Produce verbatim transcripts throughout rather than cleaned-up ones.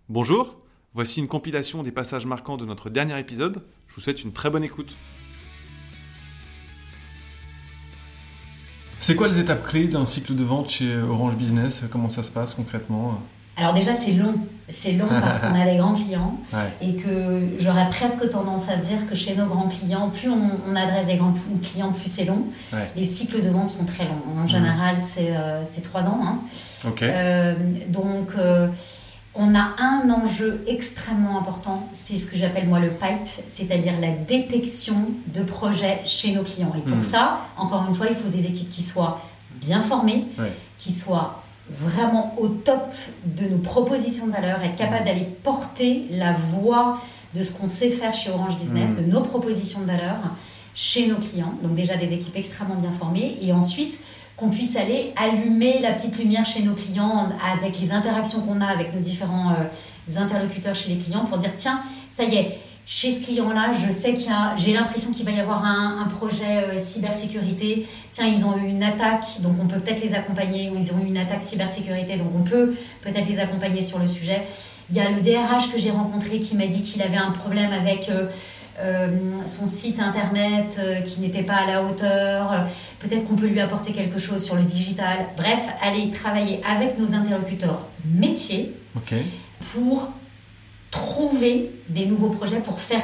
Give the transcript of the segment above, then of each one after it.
Bonjour, voici une compilation des passages marquants de notre dernier épisode. Je vous souhaite une très bonne écoute. C'est quoi les étapes clés d'un cycle de vente chez Orange Business ? Comment ça se passe concrètement ? Alors déjà, c'est long. C'est long parce qu'on a des grands clients Ouais. et que j'aurais presque tendance à dire que chez nos grands clients, plus on, on adresse des grands clients, plus c'est long. Ouais. Les cycles de vente sont très longs. En général, c'est, euh, c'est trois ans. Hein. Ok. Euh, donc, euh, on a un enjeu extrêmement important, c'est ce que j'appelle moi le pipe, c'est-à-dire la détection de projets chez nos clients. Et pour Mmh. ça, encore une fois, il faut des équipes qui soient bien formées, Ouais. qui soient vraiment au top de nos propositions de valeur, être capable d'aller porter la voix de ce qu'on sait faire chez Orange Business, Mmh. de nos propositions de valeur chez nos clients. Donc déjà des équipes extrêmement bien formées et ensuite qu'on puisse aller allumer la petite lumière chez nos clients avec les interactions qu'on a avec nos différents euh, interlocuteurs chez les clients pour dire tiens, ça y est, chez ce client-là, je sais qu'il y a, j'ai l'impression qu'il va y avoir un, un projet euh, cybersécurité. Tiens, ils ont eu une attaque, donc on peut peut-être les accompagner. Ou ils ont eu une attaque cybersécurité, donc on peut peut-être les accompagner sur le sujet. Il y a le D R H que j'ai rencontré qui m'a dit qu'il avait un problème avec euh, euh, son site internet euh, qui n'était pas à la hauteur. Euh, peut-être qu'on peut lui apporter quelque chose sur le digital. Bref, aller travailler avec nos interlocuteurs métiers Ok. pour trouver des nouveaux projets, pour faire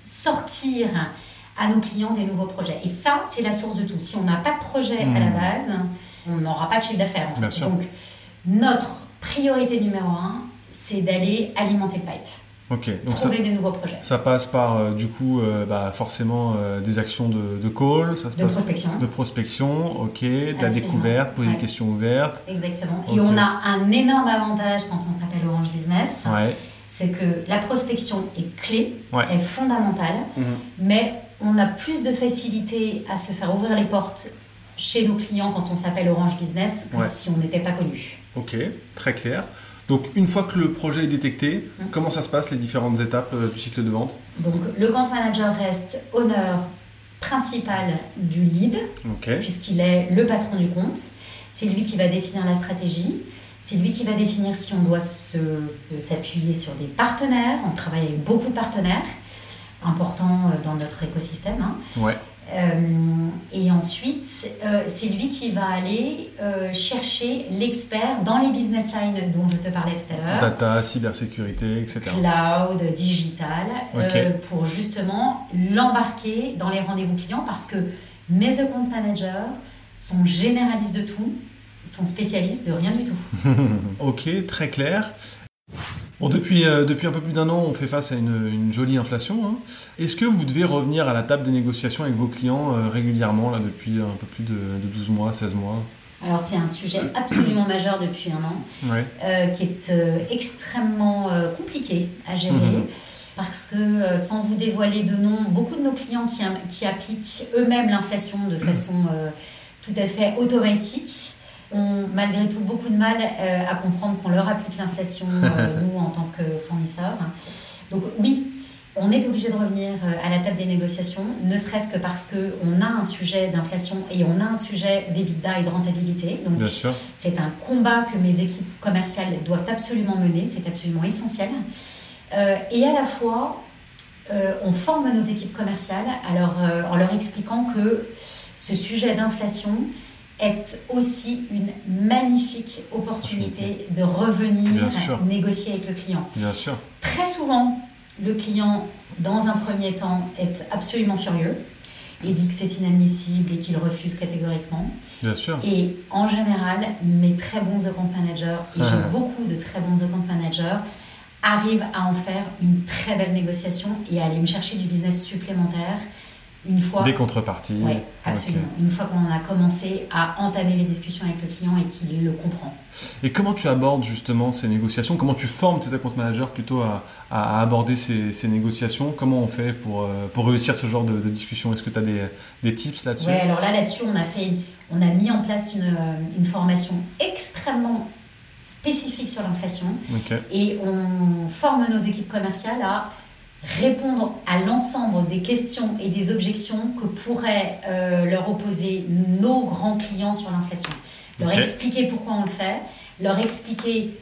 sortir à nos clients des nouveaux projets. Et ça, c'est la source de tout. Si on n'a pas de projet Mmh. à la base, on n'aura pas de chiffre d'affaires. En Bien fait. sûr. Donc, notre priorité numéro un, c'est d'aller alimenter le pipe, Ok. Donc ça, trouver des nouveaux projets. ça passe par euh, du coup euh, bah, forcément euh, des actions de, de call, ça se De passe prospection. de prospection, ok, de la Absolument. découverte, poser Ouais. des questions ouvertes. Exactement. Ok. Et on a un énorme avantage quand on s'appelle Orange Business, Ouais. c'est que la prospection est clé, Ouais. est fondamentale, Mhm. mais on a plus de facilité à se faire ouvrir les portes chez nos clients quand on s'appelle Orange Business que Ouais. si on n'était pas connu. Ok, très clair. Donc une fois que le projet est détecté, Mhm. comment ça se passe les différentes étapes euh, du cycle de vente ? Donc le compte manager reste honneur principal du lead, Ok. puisqu'il est le patron du compte. C'est lui qui va définir la stratégie. C'est lui qui va définir si on doit se, euh, s'appuyer sur des partenaires. On travaille avec beaucoup de partenaires importants euh, dans notre écosystème. Hein. Ouais. Euh, et ensuite, euh, c'est lui qui va aller euh, chercher l'expert dans les business lines dont je te parlais tout à l'heure. Data, cybersécurité, et cetera. Cloud, digital, Ok. euh, pour justement l'embarquer dans les rendez-vous clients parce que mes account managers sont généralistes de tout, sont spécialistes de rien du tout. Ok, très clair. Bon, depuis, euh, depuis un peu plus d'un an, on fait face à une, une jolie inflation. Hein. Est-ce que vous devez revenir à la table des négociations avec vos clients euh, régulièrement, là, depuis un peu plus de, de douze mois, seize mois ? Alors c'est un sujet absolument majeur depuis un an, Ouais. euh, qui est euh, extrêmement euh, compliqué à gérer. Mhm. Parce que, euh, sans vous dévoiler de nom, beaucoup de nos clients qui, am- qui appliquent eux-mêmes l'inflation de façon euh, tout à fait automatique ont malgré tout beaucoup de mal euh, à comprendre qu'on leur applique l'inflation, euh, nous, en tant que fournisseurs. Donc oui, on est obligé de revenir euh, à la table des négociations, ne serait-ce que parce qu'on a un sujet d'inflation et on a un sujet d'EBITDA et de rentabilité. Donc Bien sûr. c'est un combat que mes équipes commerciales doivent absolument mener, c'est absolument essentiel. Euh, et à la fois, euh, on forme nos équipes commerciales alors, euh, en leur expliquant que ce sujet d'inflation est aussi une magnifique opportunité de revenir Bien sûr. négocier avec le client. Bien sûr. Très souvent, le client, dans un premier temps, est absolument furieux et dit que c'est inadmissible et qu'il refuse catégoriquement. Bien sûr. Et en général, mes très bons account managers, et Ah. j'ai beaucoup de très bons account managers, arrivent à en faire une très belle négociation et à aller me chercher du business supplémentaire une fois. Des contreparties. Oui, absolument. Ok. Une fois qu'on a commencé à entamer les discussions avec le client et qu'il le comprend. Et comment tu abordes justement ces négociations ? Comment tu formes tes account managers plutôt à, à aborder ces, ces négociations ? Comment on fait pour, euh, pour réussir ce genre de, de discussion ? Est-ce que tu as des, des tips là-dessus ? Ouais, alors là, là-dessus, on a fait, on a mis en place une, une formation extrêmement spécifique sur l'inflation Ok. et on forme nos équipes commerciales à répondre à l'ensemble des questions et des objections que pourraient euh, leur opposer nos grands clients sur l'inflation. Leur Ok. expliquer pourquoi on le fait, leur expliquer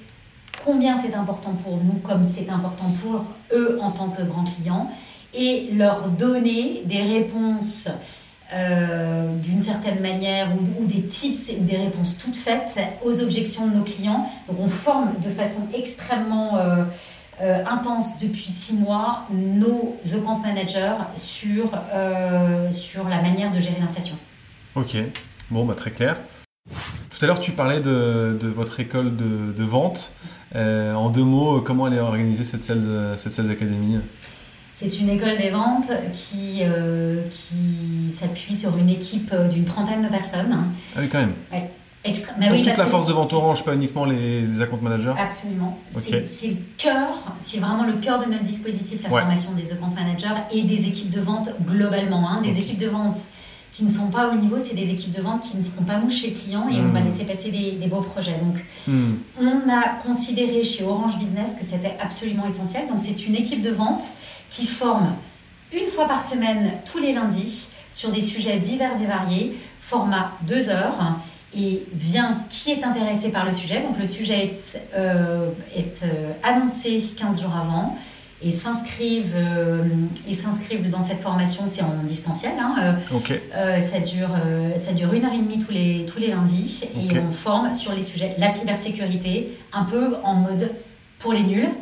combien c'est important pour nous, comme c'est important pour eux en tant que grands clients, et leur donner des réponses euh, d'une certaine manière, ou, ou des tips ou des réponses toutes faites aux objections de nos clients. Donc on forme de façon extrêmement euh, euh, intense depuis six mois nos account managers sur, euh, sur la manière de gérer l'inflation. Ok, bon, bah, très clair. Tout à l'heure, tu parlais de, de votre école de, de vente. Euh, en deux mots, comment elle est organisée, cette Sales, cette Sales Academy ? C'est une école des ventes qui, euh, qui s'appuie sur une équipe d'une trentaine de personnes. Ah oui, quand même. Ouais. Extra... Mais Pour oui, toute la force c'est... de vente Orange, pas uniquement les, les account managers. Absolument. Okay. C'est, c'est le cœur, c'est vraiment le cœur de notre dispositif, la ouais. formation des account managers et des équipes de vente globalement. Hein. Des okay. équipes de vente qui ne sont pas au niveau, c'est des équipes de vente qui ne feront pas mouche chez le client et mmh. on va laisser passer des, des beaux projets. Donc, mmh. on a considéré chez Orange Business que c'était absolument essentiel. Donc, c'est une équipe de vente qui forme une fois par semaine, tous les lundis, sur des sujets divers et variés, format deux heures, et vient qui est intéressé par le sujet. Donc, le sujet est, euh, est euh, annoncé quinze jours avant. Et s'inscrivent, euh, et s'inscrivent dans cette formation, c'est en distanciel. Hein, euh, okay. euh, ça, dure, euh, ça dure une heure et demie tous les, tous les lundis. Okay. Et on forme sur les sujets, la cybersécurité, un peu en mode pour les nuls.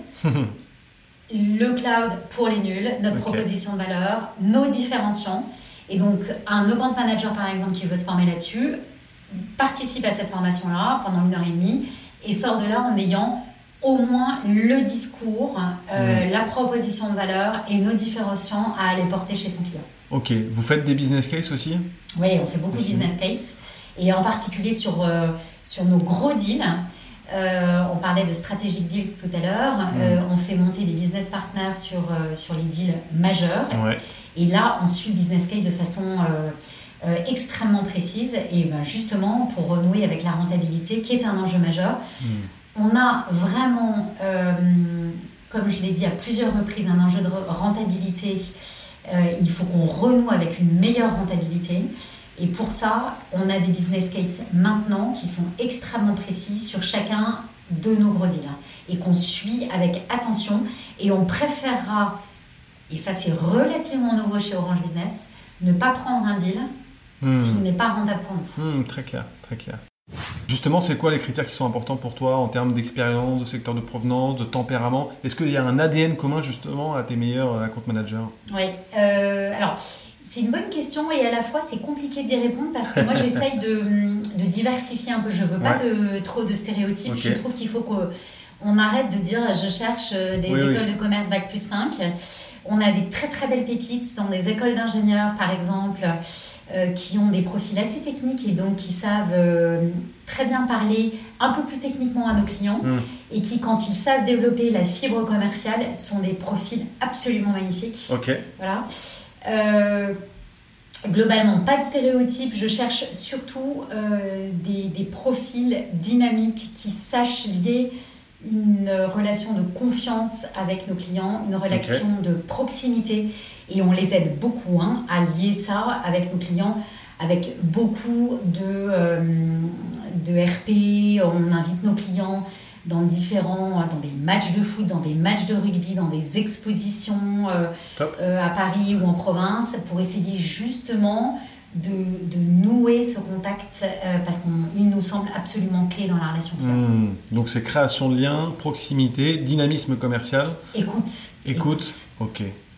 Le cloud pour les nuls, notre okay. proposition de valeur, nos différenciants. Et donc, un account manager, par exemple, qui veut se former là-dessus, participe à cette formation-là pendant une heure et demie et sort de là en ayant au moins le discours, euh, mmh. la proposition de valeur et nos différenciants à aller porter chez son client. Ok. Vous faites des business cases aussi ? Oui, on fait beaucoup aussi. de business cases. Et en particulier sur, euh, sur nos gros deals. Euh, on parlait de strategic deals tout à l'heure. Mmh. Euh, on fait monter des business partners sur, euh, sur les deals majeurs. Ouais. Et là, on suit le business case de façon euh, euh, extrêmement précise. Et ben, justement, pour renouer avec la rentabilité, qui est un enjeu majeur, mmh. on a vraiment, euh, comme je l'ai dit à plusieurs reprises, un enjeu de rentabilité. Euh, il faut qu'on renoue avec une meilleure rentabilité. Et pour ça, on a des business cases maintenant qui sont extrêmement précis sur chacun de nos gros deals et qu'on suit avec attention. Et on préférera, et ça c'est relativement nouveau chez Orange Business, ne pas prendre un deal mmh. s'il n'est pas rentable pour nous. Mmh, très clair, très clair. Justement, c'est quoi les critères qui sont importants pour toi en termes d'expérience, de secteur de provenance, de tempérament ? Est-ce qu'il y a un A D N commun justement à tes meilleurs account managers ? Oui, euh, alors... c'est une bonne question et à la fois c'est compliqué d'y répondre parce que moi j'essaye de, de diversifier un peu. Je veux pas ouais. de, trop de stéréotypes. Okay. Je trouve qu'il faut qu'on arrête de dire je cherche des oui, écoles oui. de commerce bac plus cinq. On a des très très belles pépites dans des écoles d'ingénieurs par exemple euh, qui ont des profils assez techniques et donc qui savent euh, très bien parler un peu plus techniquement à nos clients mmh. et qui quand ils savent développer la fibre commerciale sont des profils absolument magnifiques. Ok. Voilà. Euh, globalement, pas de stéréotypes. Je cherche surtout euh, des, des profils dynamiques qui sachent lier une relation de confiance avec nos clients, une relation okay. de proximité. Et on les aide beaucoup hein, à lier ça avec nos clients, avec beaucoup de, euh, de R P. On invite nos clients dans différents, dans des matchs de foot, dans des matchs de rugby, dans des expositions euh, euh, à Paris ou en province, pour essayer justement de, de nouer ce contact, euh, parce qu'il nous semble absolument clé dans la relation client. Mmh. Donc c'est création de liens, proximité, dynamisme commercial. Écoute. Écoute, Écoute. ok.